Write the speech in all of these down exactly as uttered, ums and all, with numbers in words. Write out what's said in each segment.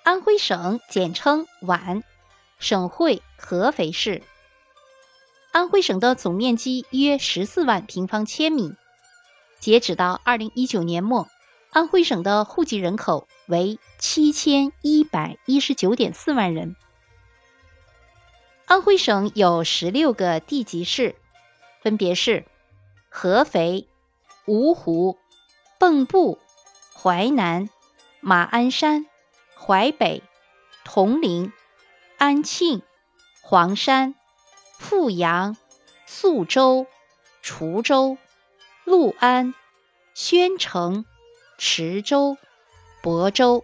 安徽省简称皖，省会合肥市。安徽省的总面积约十四万平方千米，截止到二零一九年末，安徽省的户籍人口为七千一百一十九点四万人。安徽省有十六个地级市，分别是合肥、芜湖、蚌埠、淮南、马鞍山、淮北、铜陵、安庆、黄山、阜阳、宿州、滁州、六安、宣城、池州、亳州。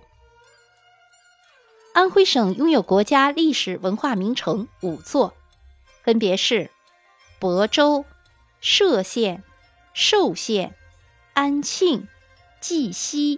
安徽省拥有国家历史文化名城五座，分别是亳州、歙县、寿县、安庆、绩溪。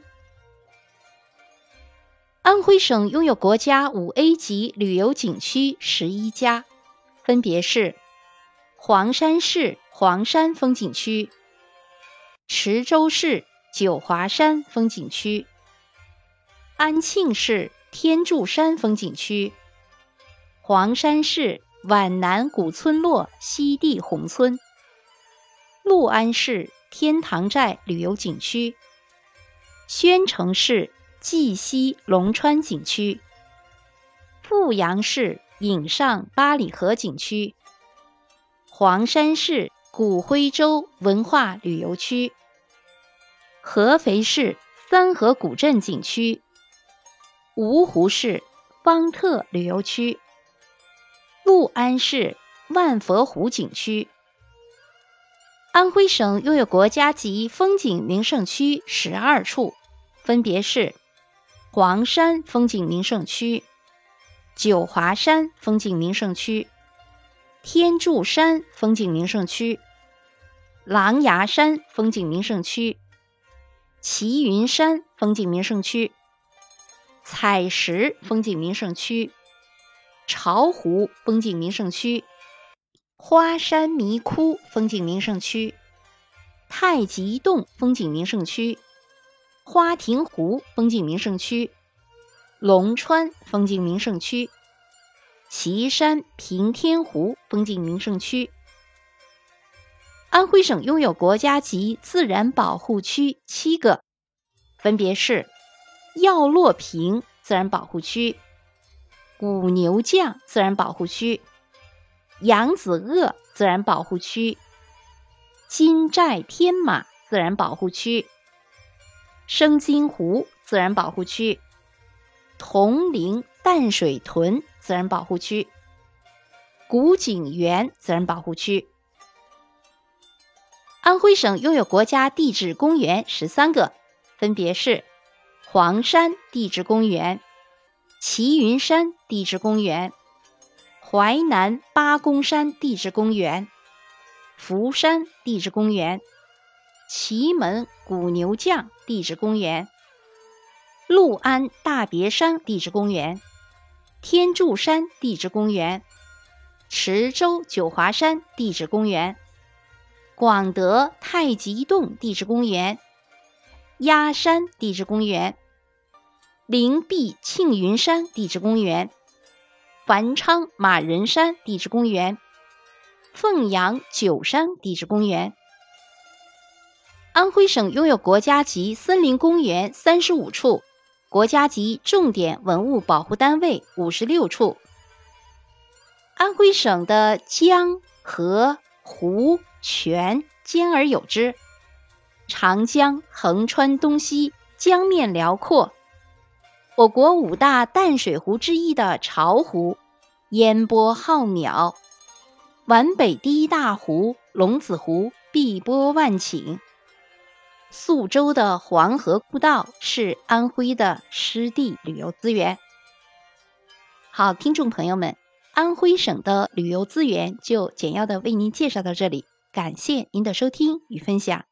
安徽省拥有国家 五 A 级旅游景区十一家，分别是黄山市黄山风景区、池州市九华山风景区、安庆市天柱山风景区、黄山市皖南古村落西递宏村、六安市天堂寨旅游景区、宣城市绩溪龙川景区、阜阳市颍上八里河景区、黄山市古徽州文化旅游区、合肥市三河古镇景区、芜湖市方特旅游区、六安市万佛湖景区。安徽省拥有国家级风景名胜区十二处，分别是黄山风景名胜区、九华山风景名胜区、天柱山风景名胜区、狼牙山风景名胜区、齐云山风景名胜区、采石风景名胜区、巢湖风景名胜区、花山迷窟风景名胜区、太极洞风景名胜区、花亭湖风景名胜区、龙川风景名胜区、岐山平天湖风景名胜区。安徽省拥有国家级自然保护区七个，分别是耀洛坪自然保护区、古牛降自然保护区、扬子鳄自然保护区、金寨天马自然保护区、生津湖自然保护区、铜陵淡水屯自然保护区、古井园自然保护区。安徽省拥有国家地质公园十三个，分别是黄山地质公园、齐云山地质公园、淮南八公山地质公园、福山地质公园、祁门古牛降地质公园、六安大别山地质公园、天柱山地质公园、池州九华山地质公园、广德太极洞地质公园、鸭山地质公园、灵璧庆云山地质公园、繁昌马人山地质公园、凤阳九山地质公园。安徽省拥有国家级森林公园三十五处，国家级重点文物保护单位五十六处。安徽省的江、河、湖、泉兼而有之，长江横穿东西，江面辽阔。我国五大淡水湖之一的巢湖，烟波浩渺；皖北第一大湖龙子湖，碧波万顷。宿州的黄河故道是安徽的湿地旅游资源。好，听众朋友们，安徽省的旅游资源就简要的为您介绍到这里，感谢您的收听与分享。